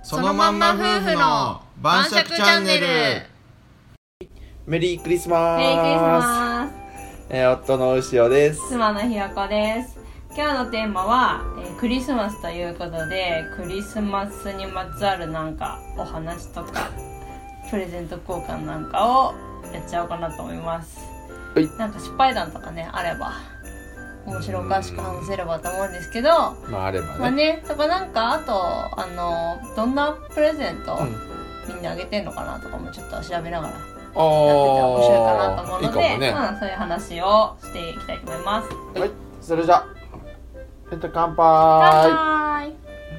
そのまんま夫婦の晩酌チャンネル。 メリークリスマス。 メリークリスマス。 夫の牛尾です。 妻のひよこです。今日のテーマは、クリスマスということで、クリスマスにまつわるなんかお話とかプレゼント交換なんかをやっちゃおうかなと思います。 はい。 なんか失敗談とかねあれば面白おかしく話せればと思うんですけど、 まああればね。 まあね、とかなんかあとどんなプレゼント、みんなあげてんのかなとかもちょっと調べながらやってたら面白いかなと思うので、 いいかもね。 そういう話をしていきたいと思います。 はい、それじゃ乾杯。 乾杯。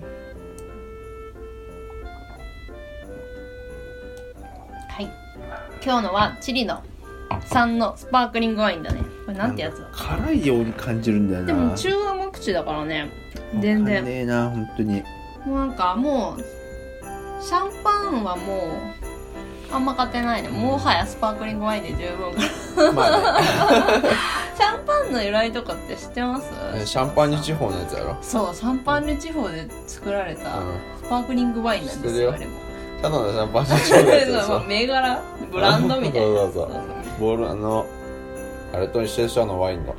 はい。今日のはチリの産のスパークリングワインだね。これなんてやつだ。 辛いように感じるんだよな。 でも中甘口だからね。全然。 ねえな本当に。 もうなんかもうシャンパンはもうあんま買ってないね。もはやスパークリングワインで十分かまあね。 シャンパンの由来とかって知ってます？ シャンパンニュ地方のやつやろ。 そう、シャンパンニュ地方で作られたスパークリングワインなんですよ。あれもただのシャンパンニュ地方のやつでしょ。 銘柄ブランドみたいな。 そうボールあれと一緒でしょ、ワインの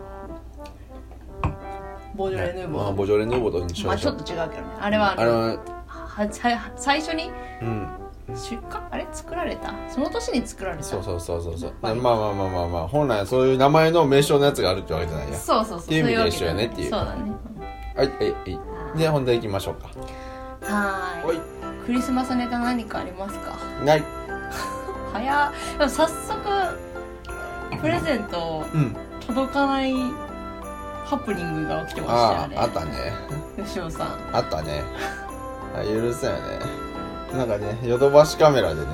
ボジョレ・ヌーボー、 ボジョレ・ヌーボーと一緒でしょ。 ちょっと違うけどね。あれは最初にあれ作られたその年に作られた。 そうまあ本来そういう名前の名称のやつがあるってわけじゃないや。 そうっていう意味で一緒やねっていう。 そうだね。 はいで本題行きましょうか。 はい。クリスマスネタ何かありますか？ ない。 早っ。でも早速プレゼント届かないハプニングが起きてましたよね。 あったね。 吉尾さん。 あったね。許せよね。なんかね、ヨドバシカメラでね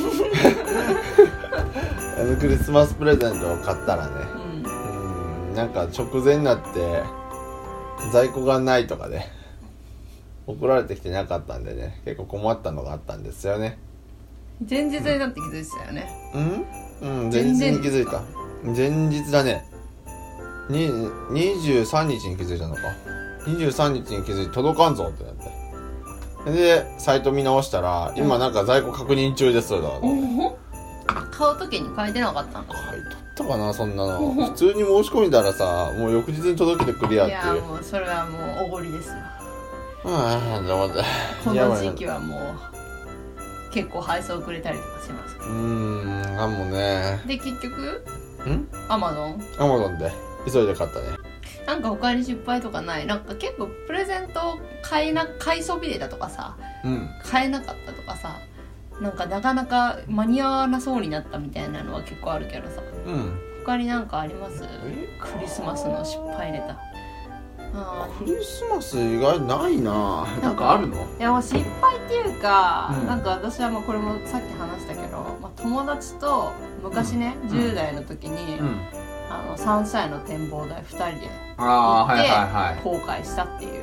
クリスマスプレゼントを買ったらね、なんか直前になって在庫がないとかで送られてきてなかったんでね、結構困ったのがあったんですよね。 前日になって気づいてたよね。 前日に気づいた。前日だね。23日に気づいたのか。23日に気づいて届かんぞってなって。でサイト見直したら、今なんか在庫確認中ですとだから買う時に書いてなかったんだ。 書いとったかなそんなの。普通に申し込んだらさ、もう翌日に届けてくれやっていう。 いやもうそれはもうおごりですよ。 でもこの時期はもう結構配送くれたりとかしますから。 もうね。 で結局アマゾンで急いで買ったね。 なんか他に失敗とかない？なんか結構プレゼント買いそびれたとかさ、買えなかったとかさ、なんかなかなか間に合わなそうになったみたいなのは結構あるけどさ、他になんかあります？クリスマスの失敗ネタ。 クリスマス意外ないな。なんかあるの？ いやもう失敗っていうか、なんか私はこれもさっき話したけど、友達と昔ね、10代の時に、3歳の展望台2人で行って後悔したっていう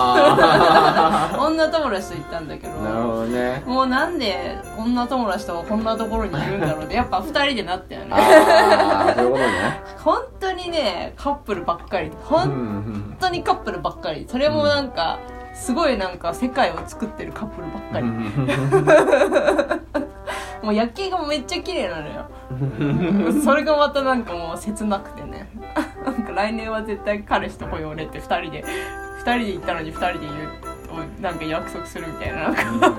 女友達と行ったんだけど、 なるほどね。 もうなんで女友達とこんなところにいるんだろうってやっぱ2人でなったよね。 そういうことね。 本当にねカップルばっかり、本当にカップルばっかり。それもなんかすごいなんか世界を作ってるカップルばっかり。もう夜景がめっちゃ綺麗なのよ。それがまたなんかもう切なくてね。なんか来年は絶対彼氏と来ようねって2人で行ったのに2人で言うなんか約束するみたいな、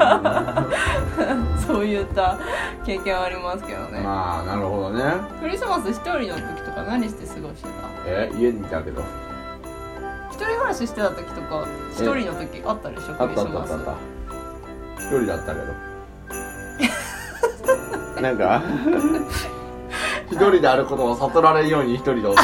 そういった経験はありますけどね。 まあなるほどね。 クリスマス一人の時とか何して過ごしてた？ 家にいたけど。 一人暮らししてた時とか一人の時あったでしょ？クリスマス。 あった。一人だったけど。なんか一人であることを悟られるように一人でおった。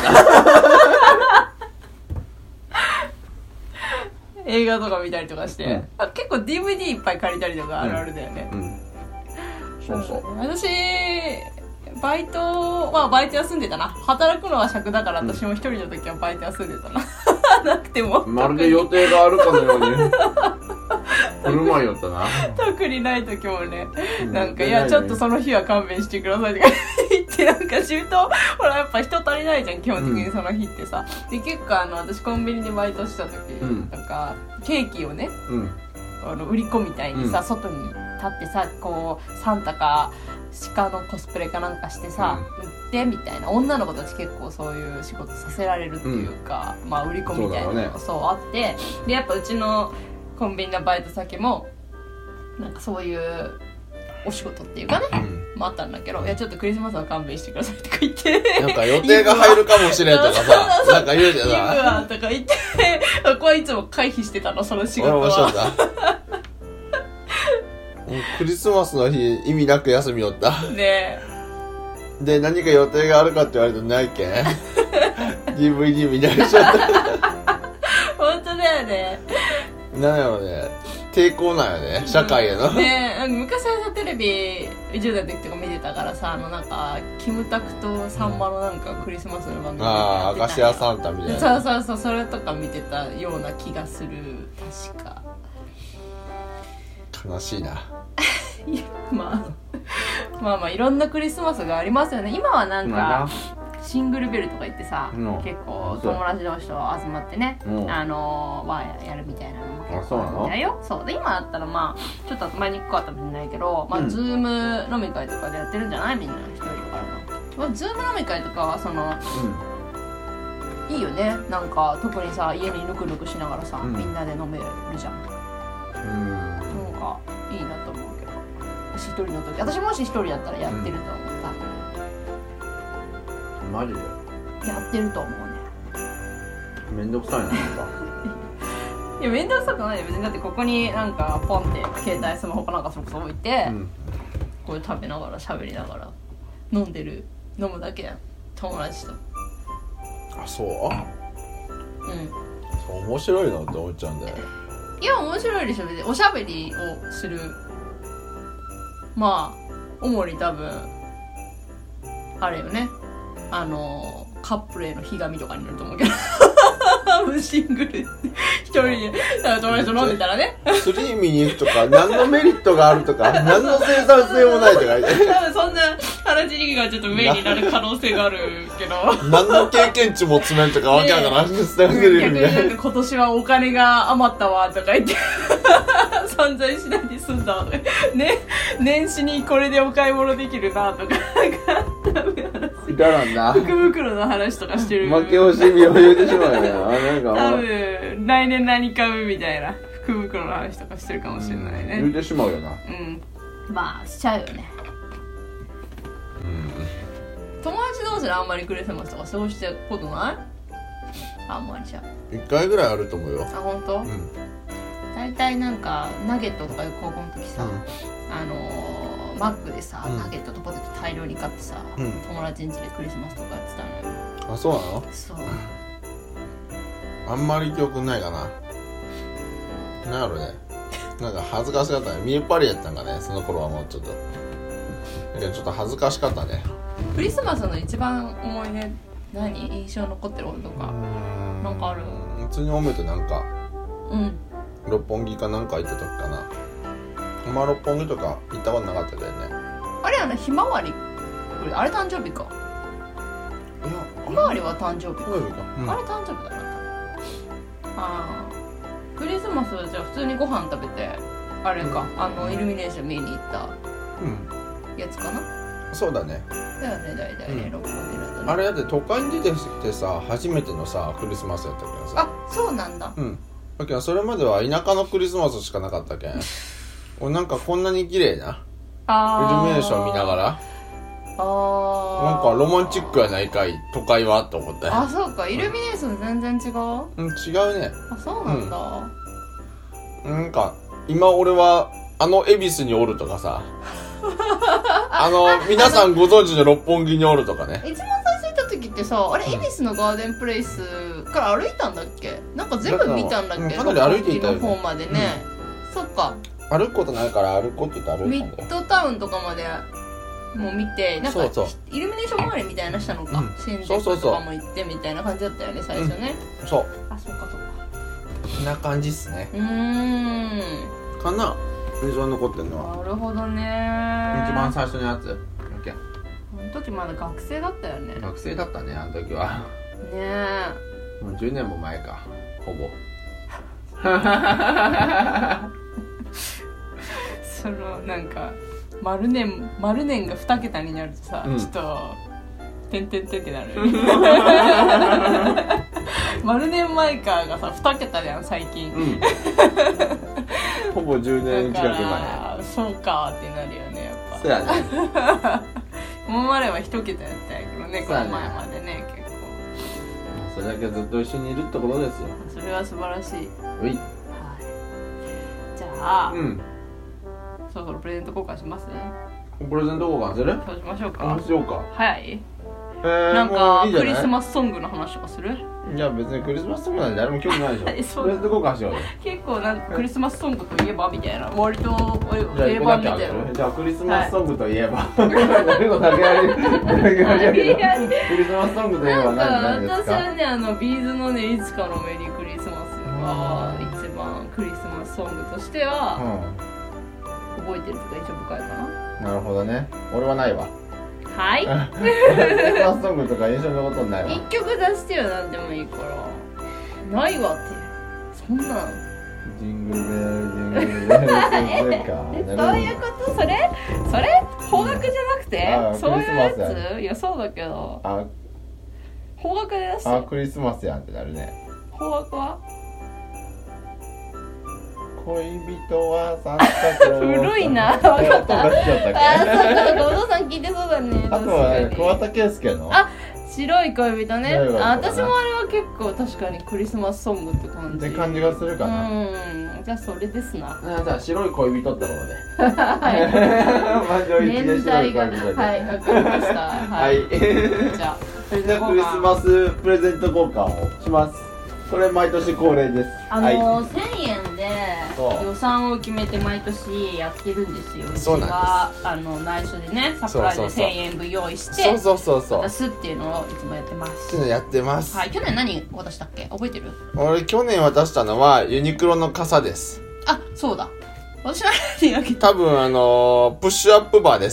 映画とか見たりとかして、結構 DVD いっぱい借りたりとかあるあるだよね。そう私バイト休んでたな。働くのは尺だから私も一人の時はバイト休んでたな。なくてもまるで予定があるかのように振る舞いよったな。 特にない時もね、なんかいやちょっとその日は勘弁してくださいとか言って、なんかシフトほらやっぱ人足りないじゃん基本的にその日ってさ。で結構私コンビニでバイトした時、なんかケーキをね、 売り子みたいにさ、 うん、 外に立ってさこうサンタか鹿のコスプレかなんかしてさ、売ってみたいな。女の子たち結構そういう仕事させられるっていうか、まあ売り子みたいなのがそうあって、でやっぱうちのコンビニのバイト先もなんかそういうお仕事っていうかね、もあったんだけど、いやちょっとクリスマスは勘弁してくださいとか言ってなんか予定が入るかもしれんとかさなんか言うじゃないわとか言ってここはいつも回避してたの、その仕事は。 俺もそうだクリスマスの日意味なく休みよったねで何か予定があるかって言われるとないけんDVD みたいにしちゃった本当だよね。 なんやろね、抵抗なんよね、社会への、 ね昔はさテレビ10代の時とか見てたからさ、なんかキムタクとサンマのなんかクリスマスの番組ああ、明石家サンタみたいな。 そうそうそう、それとか見てたような気がする。確か悲しいな。 いやまあいろんなクリスマスがありますよね。今はなんかシングルベルとか言ってさ、結構友達同士と集まってね、やるみたいなのも結構あるみたいよ。そうで今だったらまあちょっと集まりにくかったかもしれないけど、まあズーム飲み会とかでやってるんじゃない？みんな一人からの。ズーム飲み会とかはその、いいよね。なんか特にさ家にぬくぬくしながらさ、みんなで飲めるじゃん。なんかいいなと思うけど、一人の時、私もし一人だったらやってると思う。 マジでやってると思うね。 めんどくさいな、なんかいやめんどくさくないよ別に。だってここになんかポンって携帯スマホかなんかそこそ置いて、これ食べながら喋りながら飲むだけやん、友達と。 あ、そうそう面白いのって思っちゃうんだよ。 いや面白いでしょ別に。おしゃべりをする、まあ主に多分あれよね、カップルへのひがみとかになると思うけどシングル一人で友達と飲んでたらねスリー見に行くとか何のメリットがあるとか何の生産性もないとか言って多分そんな話がちょっとメインになる可能性があるけど何の経験値も詰めんとかわけわからん話してくれるみたいな。 逆になんか今年はお金が余ったわとか言って散々しないで済んだわとかね、年始にこれでお買い物できるなとかくだらんな、 福袋の話とかしてる。 負け惜しみを言うてしまうよな。なんか多分来年何買うみたいな福袋の話とかしてるかもしれないね。 言うてしまうよな。 まあしちゃうよね。友達同士であんまりクリスマスとか過ごしたことない？あんまりじゃん。 1回ぐらいあると思うよ。 あ、本当？大体なんかナゲットとか高校の時さ、マックでさ、ナゲットとポテト大量に買ってさ、友達ん家でクリスマスとかやってたのよ。 あ、そうなの？ そう。 あんまり記憶ないかな。なんやろね。なんか恥ずかしかったね。見えっ張りやったんかね、その頃はもうちょっと。だけどちょっと恥ずかしかったね。 クリスマスの一番思い出印象残ってることとかなんかある？ 普通に思うとなんか、六本木かなんか行った時かな。まあ六本木とか行ったことなかったけどね。 あれひまわり、あれ誕生日か。 いや、 ひまわりは誕生日か。あれ誕生日だな。クリスマスはじゃあ普通にご飯食べてあれか、イルミネーション見に行ったやつかな。 そうだね。 だよね、大体ね、六本木だとね。 あれだって都会に出てきてさ、初めてのさクリスマスやったけどさ。 あ、そうなんだ。 だけどそれまでは田舎のクリスマスしかなかったけん俺なんかこんなに綺麗なイルミネーション見ながらなんかロマンチックやないかい都会はと思って。 あ、そうか。イルミネーション全然違う？ 違うね。 あ、そうなんだ。 なんか今俺は恵比寿におるとかさ皆さんご存知の六本木におるとかね。 一番最初行った時ってさ、あれ恵比寿のガーデンプレイスから歩いたんだっけ？なんか全部見たんだっけ？ かなり歩いていたよね。 六本木の方までね。そっか。 歩くことないから歩こうって言って歩いたんだよ。 ミッドタウンとかまでもう見て、なんかイルミネーション周りみたいなしたのか。新宿とかも行ってみたいな感じだったよね、最初ね。 そう。 あ、そっかそっか。 こんな感じっすね。かな。印象に残ってんのは。 なるほどね。 一番最初のやつ。 あの時まだ学生だったよね。 学生だったね、あの時は。 ねえ。 もう10年も前か、ほぼ。 そのなんか丸年が2桁になるとさ、ちょっとてんてんてんってなる丸年マイカーがさ2桁じゃん最近、 ほぼ10年近く前。 そうかってなるよね、やっぱ。 そうやね。 今までは1桁やったんやけどね、この前までね、結構。 それだけずっと一緒にいるってことですよ。 それは素晴らしい。 うい。 はい。じゃあ、そろそろプレゼント交換しますね。 プレゼント交換する？ そうしましょうか。 しようか。 はい。なんかクリスマスソングの話とかする？ いや別にクリスマスソングなんて誰も興味ないでしょ。プレゼント交換しようよ。 結構なんかクリスマスソングといえばみたいな、割と定番みたいな。じゃあクリスマスソングといえば何の投げやりクリスマスソングといえば何ですか？ 私はねビーズのねいつかのメリークリスマスが一番クリスマスソングとしては覚えてるとか印象深いかな。 なるほどね。俺はないわ。 はい。 クリスマスソングとか印象のことないわ。 一曲出してよ、なんでもいいから。ないわって。そんなん。 ジングルベルジングルベルそういうこと？それ？邦楽じゃなくて？そういうやつ？いやそうだけど。邦楽で出して。 クリスマスやんってなるね。 邦楽は？ 恋人はサンタクロース。 古いな。分かった。そうか、お父さん聞いてそうだね。 あとは桑田佳祐の。 白い恋人ね。私もあれは結構確かにクリスマスソングって感じ。 って感じがするかな。 じゃあそれですな。 じゃあ白い恋人ってことで。満場一致で白い恋人で。 はい、わかりました。はい。じゃあクリスマスプレゼント交換をします。これ毎年恒例です。 1000円で予算を決めて毎年やってるんですよ。 そうなんです。 内緒でね、サプライズで1000円分用意して渡すっていうのをいつもやってます。 やってます。 はい。去年何渡したっけ？覚えてる？ 俺去年渡したのはユニクロの傘です。 そうだ。私は何あげた？ 多分プッシュアップバーです。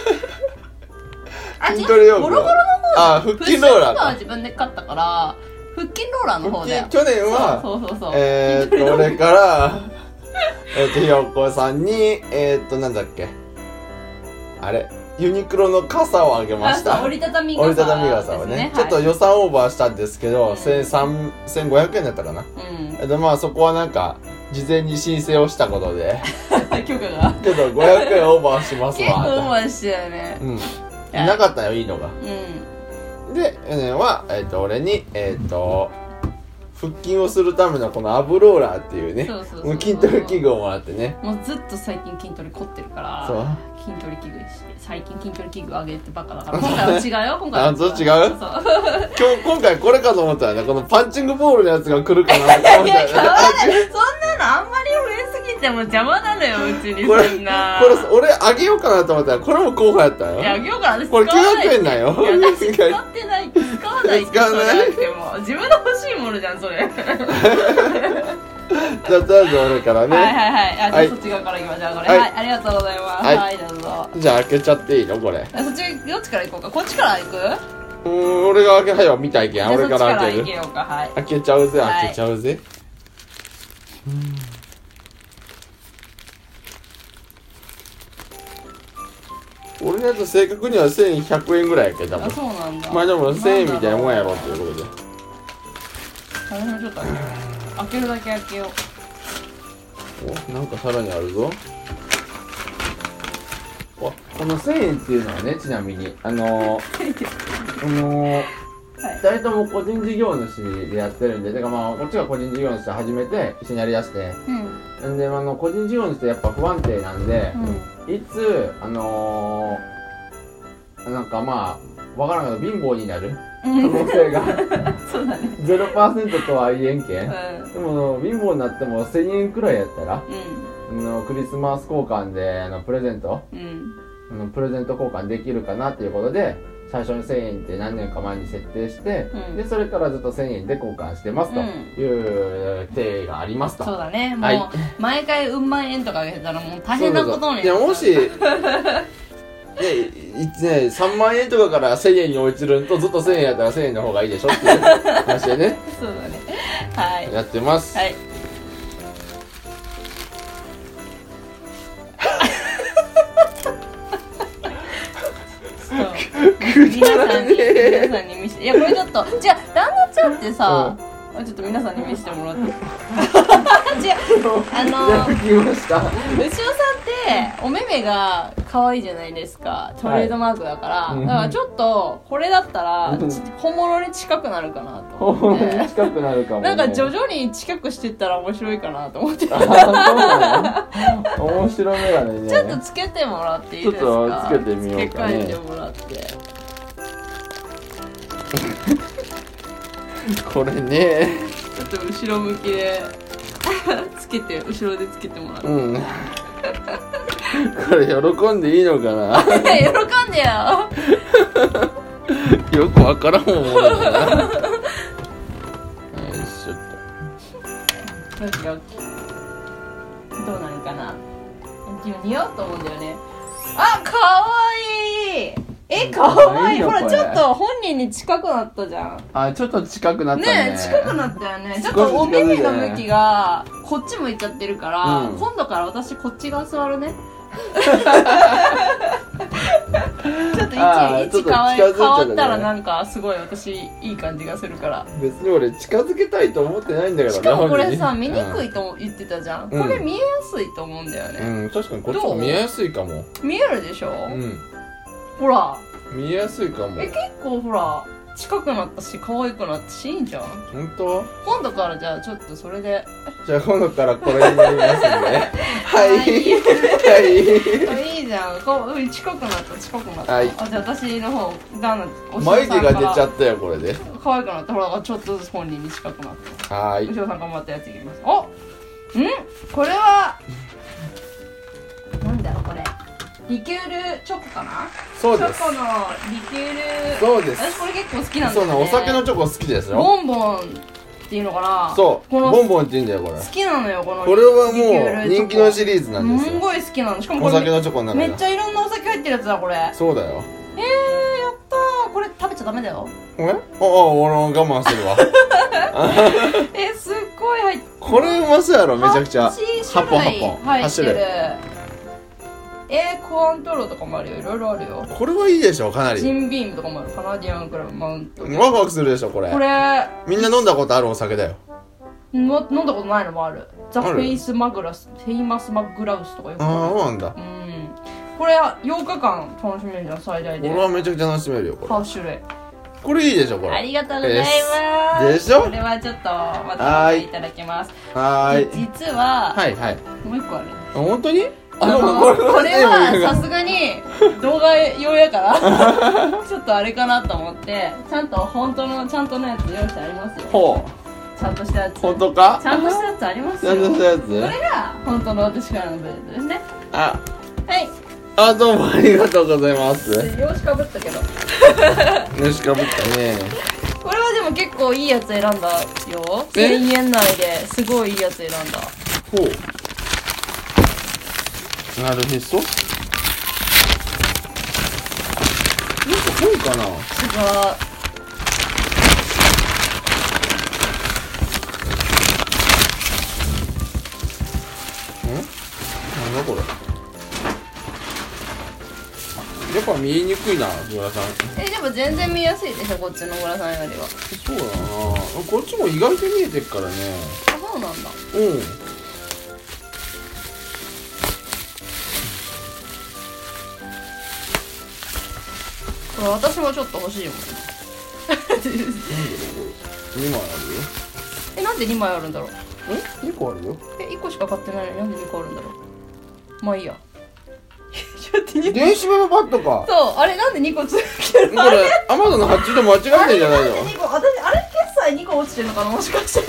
筋トレ用具。 ゴロゴロの方。 腹筋ローラー。 プッシュアップバーは自分で買ったから。腹筋ローラーの方だよ。 去年は俺からひよこさんになんだっけあれユニクロの傘をあげました。 折りたたみ傘をね、ちょっと予算オーバーしたんですけど、1500円だったかな。まあそこはなんか事前に申請をしたことで許可がちょっと500円オーバーしますわ。 結構オーバーしてたよね。 なかったよ、いいのが。で、は、俺に、腹筋をするためのこのアブローラーっていうね、筋トレ器具をもらってね。 もうずっと最近筋トレ凝ってるから、筋トレ器具して、最近筋トレ器具あげてバカだから、今回は違うよ、今回は。 そう違う？今回これかと思ったらね、このパンチングボールのやつが来るかなって思ったよね。 そんなのあんまり増えすぎても邪魔なのよ、うちにそんな。 これ俺あげようかなと思ったら、これも候補やったよ。 いや、あげようかな。 これ900円だよ。 いや、私使ってない、使わないって。 使わない？ 自分の欲しいものじゃん、それ。 じゃあ、とりあえず俺からね。 はい。じゃあそっち側からいきましょう、これ。はい、ありがとうございます。はい、どうぞ。 じゃあ開けちゃっていいのこれ。 そっち、どっちから行こうか。こっちから行く？ 俺が開け、はいよ、見たいけん。俺から開ける。 開けちゃうぜ、開けちゃうぜ。俺のやつ正確には1100円ぐらいやけど、多分。 そうなんだ。 まあでも1000円みたいなもんやろっていうことで。 私もちょっと開けるだけ開けよう。なんかさらにあるぞ。この1000円っていうのはね、ちなみに2人とも個人事業主でやってるんで、だからまあこっちが個人事業主で始めて一緒にやりだして、で個人事業主ってやっぱ不安定なんで、いつなんかまあわからんけど貧乏になる可能性がそうだね。 0% とは言えんけん、でも貧乏になっても1000円くらいやったら、クリスマス交換でプレゼント交換できるかなっていうことで、最初に1000円って何年か前に設定して、でそれからずっと1000円で交換してますという定がありますと。 そうだね。もう毎回うん万円とかあげてたらもう大変なことになる。 いやもし3万円とかから1000円に追いつるんと、ずっと1000円やったら1000円の方がいいでしょっていう話でね。 そうだね。はい。 やってます。 はい。 皆さんに見せて。いやこれちょっとじゃあ旦那ちゃんってさ、ちょっと皆さんに見せてもらって違ういや吹きました牛尾さんってお目目が可愛いじゃないですか、トレードマークだから、 はいだからちょっとこれだったら本物に近くなるかなと思って本物に近くなるかも、ね、 なんか徐々に近くしていったら面白いかなと思ってあそうなの面白メガネね。 ちょっとつけてもらっていいですか。 ちょっとつけてみようかね。 付け替えてもらってこれねちょっと後ろ向きでつけて後ろでつけてもらって、 これ喜んでいいのかな喜んでよよくわからんもん俺だなよいしょっと。 よしよしどうなるかな。似合うと思うんだよね。あ、かわいい。かわいい。ほらちょっと本人に近くなったじゃん。 あ、ちょっと近くなったね。 ね、近くなったよね。ちょっとお耳の向きがこっち向いちゃってるから、今度から私こっち側座るね。ちょっと位置変わったらなんかすごい私いい感じがするから。 別に俺近づけたいと思ってないんだけどね。 しかもこれさ見にくいと言ってたじゃん、これ見えやすいと思うんだよね。 確かにこっちも見えやすいかも。 見えるでしょ。ほら見えやすいかも。 結構ほら近くなったし可愛くなったしいいんじゃん。 本当？ 今度からじゃあちょっとそれで。 じゃあ今度からこれになりますんではいはいいいじゃん。近くなった、はい、じゃあ私の方眉毛が出ちゃったよこれで。 可愛くなった。ほらちょっとずつ本人に近くなった。 はい、 後ろさん頑張ったやついきます。これはなんだろうこれリキュールチョコかな。 そうです。 チョコのリキュール。 そうです。 私これ結構好きなんだよね。 そうな、お酒のチョコ好きですよ。 ボンボンっていうのかな。 そうボンボンって言うんだよこれ。 好きなのよこの。 これはもう人気のシリーズなんですよ。 すんごい好きなの。しかもこれお酒のチョコの中でめっちゃいろんなお酒入ってるやつだこれ。 そうだよ。 やったー。これ食べちゃダメだよ。 俺我慢するわすっごい入って。 これうまそうやろめちゃくちゃ。 8本入ってる。コアントロとかもあるよ。いろいろあるよ。 これはいいでしょかなり。 ジンビームとかもある。カナディアンクラブマウント。 ワクワクするでしょこれ。 これみんな飲んだことあるお酒だよ。 飲んだことないのもある。ザ・フェイマスマグラウスとかよくある。 そうなんだ。 これ8日間楽しめるじゃん最大で。 俺はめちゃくちゃ楽しめるよこれ。 8種類。 これいいでしょこれ。 ありがとうございます。 でしょ。 これはちょっとまたいただきます。実はもう1個ある。 本当に？ これはさすがに動画用やからちょっとあれかなと思ってちゃんと本当のちゃんとのやつ用意してありますよ。 ほうちゃんとしたやつ。 本当か？ ちゃんとしたやつありますよ。 ちゃんとしたやつ？ これが本当の私からのプレゼントですね。 どうもありがとうございます。 よしかぶったけどよしかぶったね。 これはでも結構いいやつ選んだよ。1000円内ですごいいいやつ選んだ。 ほうなるへそ。本かな。 違う。 なんだこれ。やっぱ見えにくいなグラさん。 でも全然見やすいでしょこっちのグラさんよりは。 そうだな。こっちも意外と見えてるからね。 そうなんだ。これ私もちょっと欲しいもん。 2枚あるよ。なんで2枚あるんだろう。 2個あるよ。 1個しか買ってないのになんで2個あるんだろう。まあいいや。 電子メモパッドか。 そうあれなんで2個ついてるの。 これアマゾンの発注と間違えてんじゃないの。 私あれ決済2個落ちてるのかなもしかして。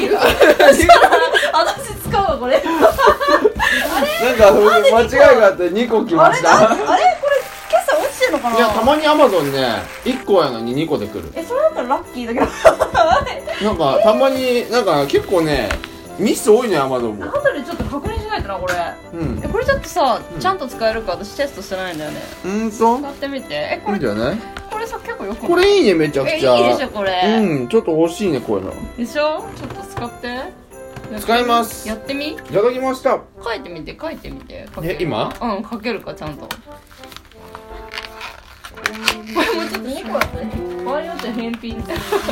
私使うわこれ。 なんか間違いがあって2個来ました。 あれこれ決済落ちてるのかな。 いやたまにアマゾンね1個やのに2個で来る。 それだったらラッキーだけど。 なんかたまになんか結構ねミス多いねアマゾンも。 後でちょっと確認しないとなこれ。これちょっとさちゃんと使えるか私テストしてないんだよね。 そう使ってみて。これいいんじゃない。 これさ結構よくない。 これいいねめちゃくちゃ。 いいでしょこれ。 ちょっと欲しいねこういうの。 でしょ。ちょっと使って。 使います。 やってみ。 いただきました。 書いてみて。 今？ 書けるかちゃんと。 これもちょっと2個だったね。場合によっては返品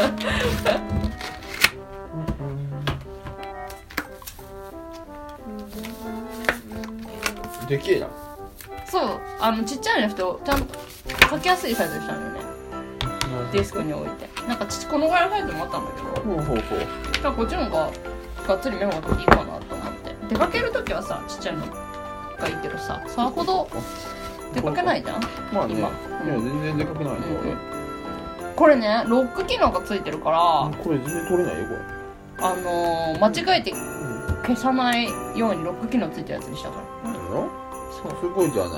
でけえな。 そう、ちっちゃいの人ちゃんと書きやすいサイズにしたのよね。デスクに置いて、なんかこのぐらいのサイズもあったんだけど、 ほうほうほう。 だからこっちの方ががっつりメモがいいかなと思って。出かけるときはさ、ちっちゃいのがいいけどさ、さほど出かけないじゃんまあね、 今。 いや全然でかくないね、 これね、ロック機能がついてるからこれ全然取れないよこれ。 間違えて消さないようにロック機能ついてるやつにしたから。そうすごいじゃない。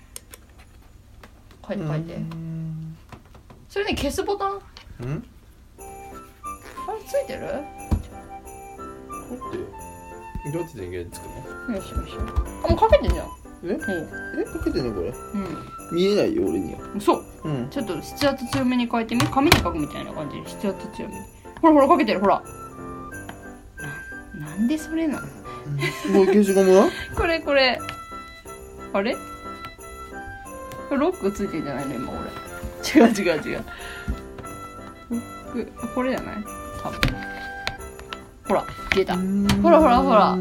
書いて書いて。それね、消すボタンあれついてる？ どうやって電源つくの？ よしよし。あ、もうかけてんじゃん。 かけてんのこれ？見えないよ俺には。 そう。ちょっと筆圧強めに書いてみ。紙に書くみたいな感じに筆圧強めに。ほらほらかけてる、ほら。なんでそれなの？ これ消しゴムは？ これ。あれ？ロックついてんじゃないの今俺。違う。ロック、これじゃない？多分。ほら、消えた。ほら。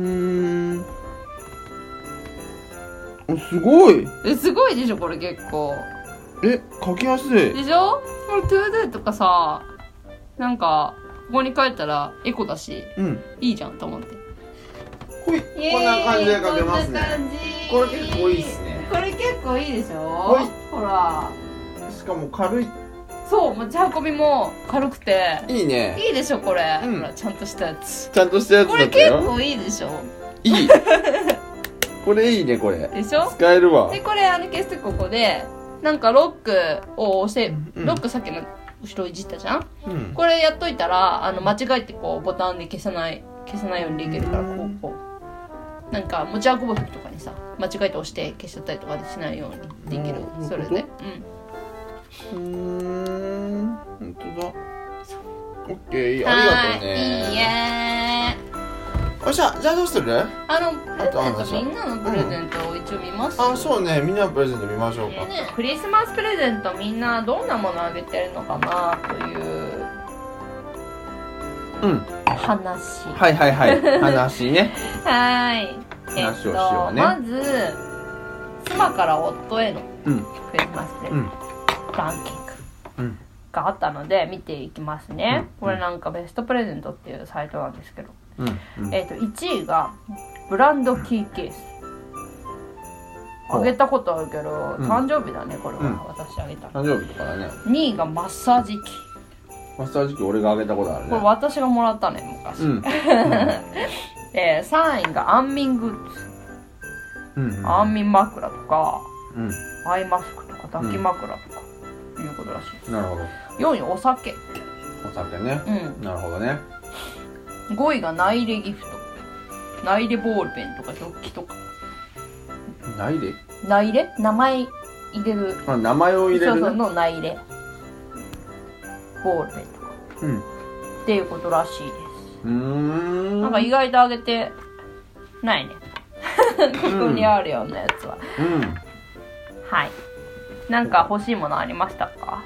すごい。 すごいでしょこれ結構。 書きやすい。 でしょ？これトゥードゥとかさ、なんかここに書いたらエコだし、いいじゃんと思って。 こんな感じで書けますね。これ結構いいっすね。 これ結構いいでしょ？ほら。 しかも軽い。 そう、持ち運びも軽くていいね。 いいでしょこれ。ほら、ちゃんとしたやつ。 ちゃんとしたやつこれ結構いいでしょ。 いい。これいいねこれ。 でしょ？ 使えるわ。 でこれ消してここでなんかロックを押して、ロックさっきの後ろいじったじゃん？これやっといたら間違えてこうボタンで消さないようにできるから、こうなんか持ち運ぶ時とかにさ間違えて押して消しちゃったりとかしないようにできる。それで本当だ。オッケー、ありがとうね。 いいえ。 よっしゃ、じゃあどうする？ プレゼント、みんなのプレゼントを一応見ます。 そうね、みんなのプレゼント見ましょうか。 クリスマスプレゼントみんなどんなものあげてるのかなという話。 はい話ね。話をしようね。 まず妻から夫へのクリスマスプレゼントランキングがあったので見ていきますね。これなんかベストプレゼントっていうサイトなんですけど、1位がブランドキーケース。あげたことあるけど誕生日だねこれは。私あげた誕生日とかだね。 2位がマッサージ機。 マッサージ機俺があげたことあるね。 これ私がもらったね昔。3位が安眠グッズ。安眠枕とかアイマスクとか抱き枕とかいうことらしいです。 なるほど。 4位お酒。 お酒ね。なるほどね。 5位が内入れギフト。内入れボールペンとかジョッキとか。 内入れ？ 内入れ？名前入れる。 名前を入れる。 そうの内入れボールペンとかっていうことらしいです。なんか意外とあげてないねここにあるようなやつは。はい。なんか欲しいものありましたか？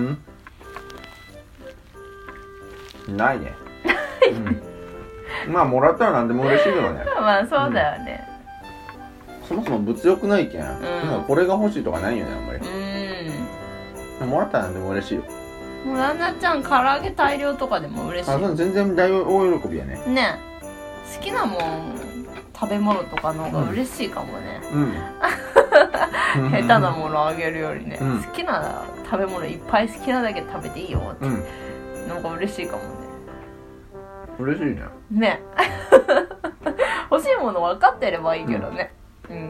ないね。まあもらったら何でも嬉しいけどね。 まあそうだよね。 そもそも物欲ないけん、これが欲しいとかないよねあんまり。もらったら何でも嬉しいよ。 もう旦那ちゃん唐揚げ大量とかでも嬉しい。 全然大喜びやね。 ね、好きなもん食べ物とかの方が嬉しいかもね。下手なものあげるよりね、好きな食べ物いっぱい好きなだけ食べていいよってのが嬉しいかもね。 嬉しいね。 ね欲しいもの分かってればいいけどね。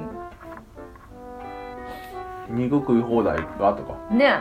肉食い放題行くかとかね。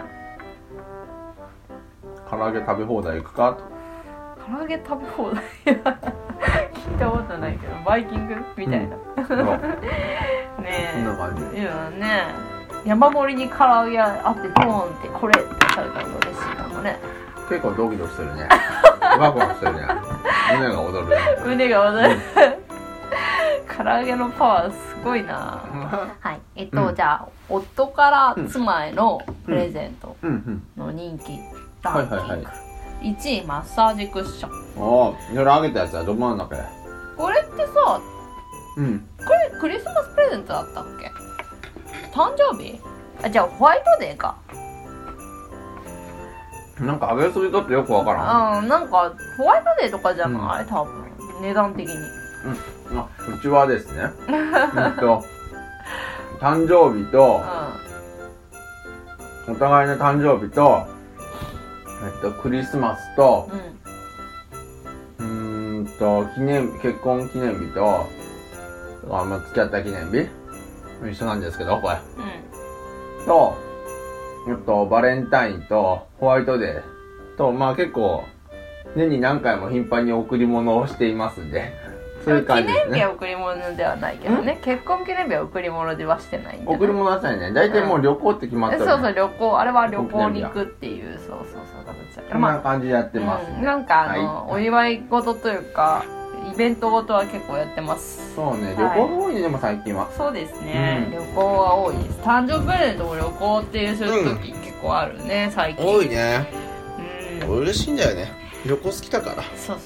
唐揚げ食べ放題行くかとか。 唐揚げ食べ放題聞いたことないけどバイキングみたいな。ねえ、 こんな感じ。 いいよね。山盛りに唐揚げあってドーンってこれってされたら嬉しいかもね。 結構ドキドキするね。ワクワクするね。胸が踊るね。 胸が踊る、ク唐揚げのパワーすごいな。はい。じゃあ夫から妻へのプレゼントの人気ランキング。1位マッサージクッション。 それあげたやつはど真ん中で。 これってさ、これクリスマスプレゼントだったっけ？誕生日？じゃあホワイトデーか。 なんかあげすぎとってよくわからん。 なんかホワイトデーとかじゃない？多分値段的に。 うちはですね誕生日と、お互いの誕生日とクリスマスと、結婚記念日と、付き合った記念日一緒なんですけど、これ。と、バレンタインと、ホワイトデーと、結構、年に何回も頻繁に贈り物をしていますんで、そういう感じですね。 記念日は贈り物ではないけどね。結婚記念日は贈り物ではしてないんで。 贈り物はしたいね。大体もう旅行って決まったそうそう、旅行。あれは旅行に行くっていう、そう形だけど。 こんな感じでやってます。 なんかお祝い事というか、イベントごとは結構やってます。 そうね、旅行が多いね、でも最近は。 そうですね、旅行は多いです。誕生日プレゼントも旅行っていうする時結構あるね、最近。 多いね。嬉しいんだよね。旅行好きだから。 そう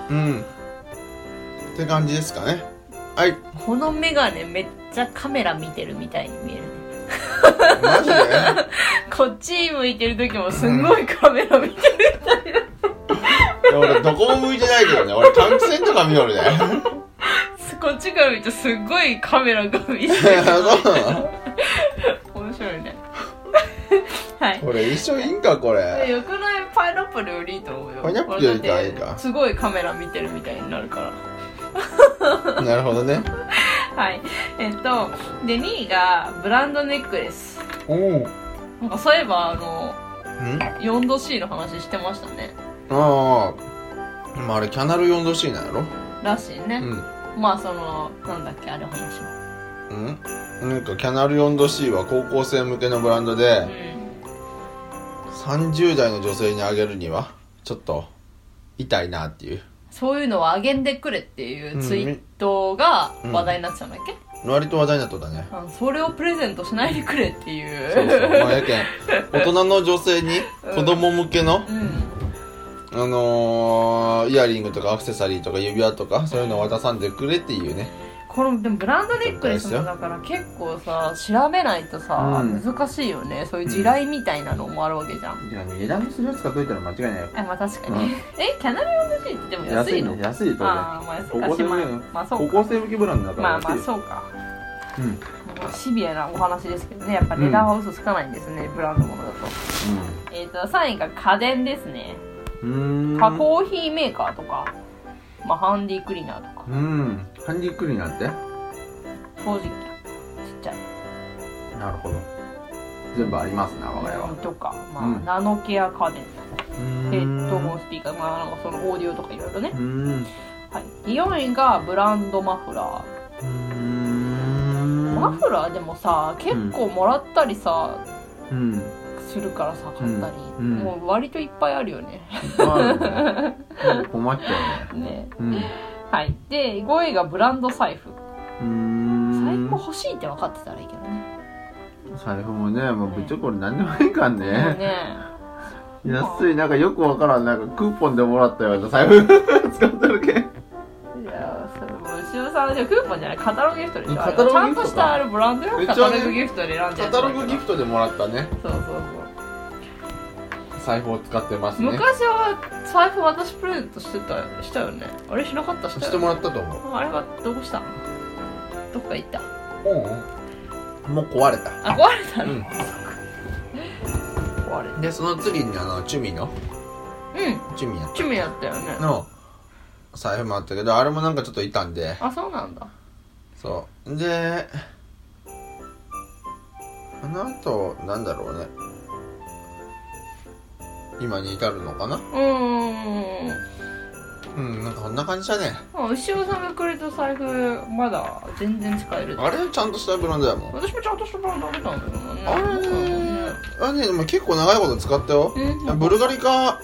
って感じですかね。はい。 このメガネめっちゃカメラ見てるみたいに見えるね。 マジで？ こっち向いてる時もすんごいカメラ見てるみたいな。 俺どこも向いてないけどね。俺換気扇とか見よるね。 こっちから見るとすっごいカメラが見てる。 そうなの？ 面白いね。はい。 これ一緒いいんかこれ。 よくない？パイナップルよりいいと思うよ。 パイナップルよりかいいか。 すごいカメラ見てるみたいになるから。 なるほどね。 はい。で2位がブランドネックレス。なんかそういえば4°C の話してましたね。 あれキャナル 4°C なんやろ？ らしいね。なんだっけあれ話は。 なんかキャナル 4°C は高校生向けのブランドで、30代の女性にあげるにはちょっと痛いなっていう。 そういうのをあげんでくれっていうツイートが話題になってたんだっけ？ 割と話題になっとったね。 それをプレゼントしないでくれっていう。 そうやけん大人の女性に子供向けの、イヤリングとかアクセサリーとか指輪とかそういうのを渡さんでくれっていうね。 でもブランドネックレスもだから結構さ調べないとさ、難しいよね。そういう地雷みたいなのもあるわけじゃん。 いや値段のするやつ買っといたら間違いないよ。 確かに。キャナル 4°C ってでも安いの？ 安いと思う。高校生向けブランドだから安いよ。 そうか。シビアなお話ですけどね、やっぱ値段は嘘つかないんですね、ブランドものだと。3位が家電ですね。コーヒーメーカーとか、ハンディクリーナーとか。 ハンディクリーナーって掃除機ちっちゃい。 なるほど。全部ありますな、我が家は。 とか、ナノケア家電とか、ヘッドホンスピーカー、なんかそのオーディオとかいろいろね。はい。4位がブランドマフラー。マフラーでもさ、結構もらったりさ、するからさ、買ったり、もう割といっぱいあるよね。 困っちゃうね。 はい。で5位がブランド財布。財布も欲しいって分かってたらいいけどね。 財布もね、もうぶっちゃこれ何でもいいかんね。安い、なんかよくわからん、なんかクーポンでもらったような財布使ってるけん。いやそれもう後ろさんでクーポンじゃない、カタログギフトでしょ。 カタログギフトか。 ちゃんとしたあるブランドよ。カタログギフトで選んで。 カタログギフトでもらったね。 そう財布を使ってますね。 昔は財布私プレゼントしたよね。あれしなかった？ してもらったと思う。 あれはどうした？どっか行った？ もう壊れた。 壊れたの？壊れた。 でその次にチュミのチュミやったよねの財布もあったけど、あれもなんかちょっと傷んで。 そうなんだ。 そうであの後なんだろうね、今に至るのかな。なんかこんな感じだね。 牛尾さんがくれた財布まだ全然使える。 あれちゃんとしたブランドだもん。 私もちゃんとしたブランドあげたんだけどね。 あれね、でも結構長いこと使ったよ。ブルガリカ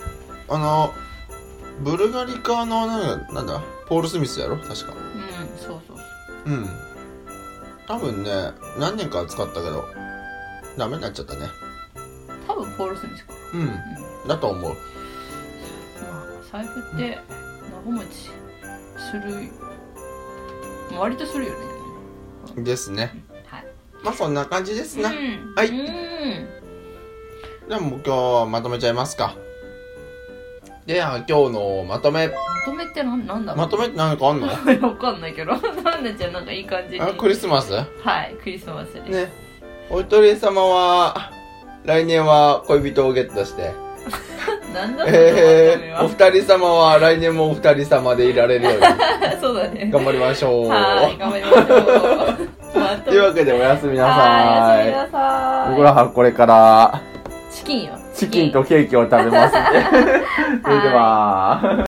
のなんだポール・スミスやろ確か。 そううん多分ね何年か使ったけどダメになっちゃったね。 多分ポール・スミスか。 だと思う。 まあ財布って長持ちする、割とするよね。 ですね。 はい。 まあそんな感じですな。はい。じゃあもう今日はまとめちゃいますか。では今日のまとめ。 まとめってなんだろう。 まとめって何かあんの？ わかんないけど。なんでじゃあなんかいい感じに。 クリスマス？ はい、クリスマスです。 ね。お一人様は来年は恋人をゲットして。 なんだお二人様は来年もお二人様でいられるようにそうだね。 頑張りましょう。 はい頑張りましょう。 というわけでおやすみなさはい。おやすみなさい。 僕らはこれからチキンよ。 チキンとケーキを食べますね。それでは。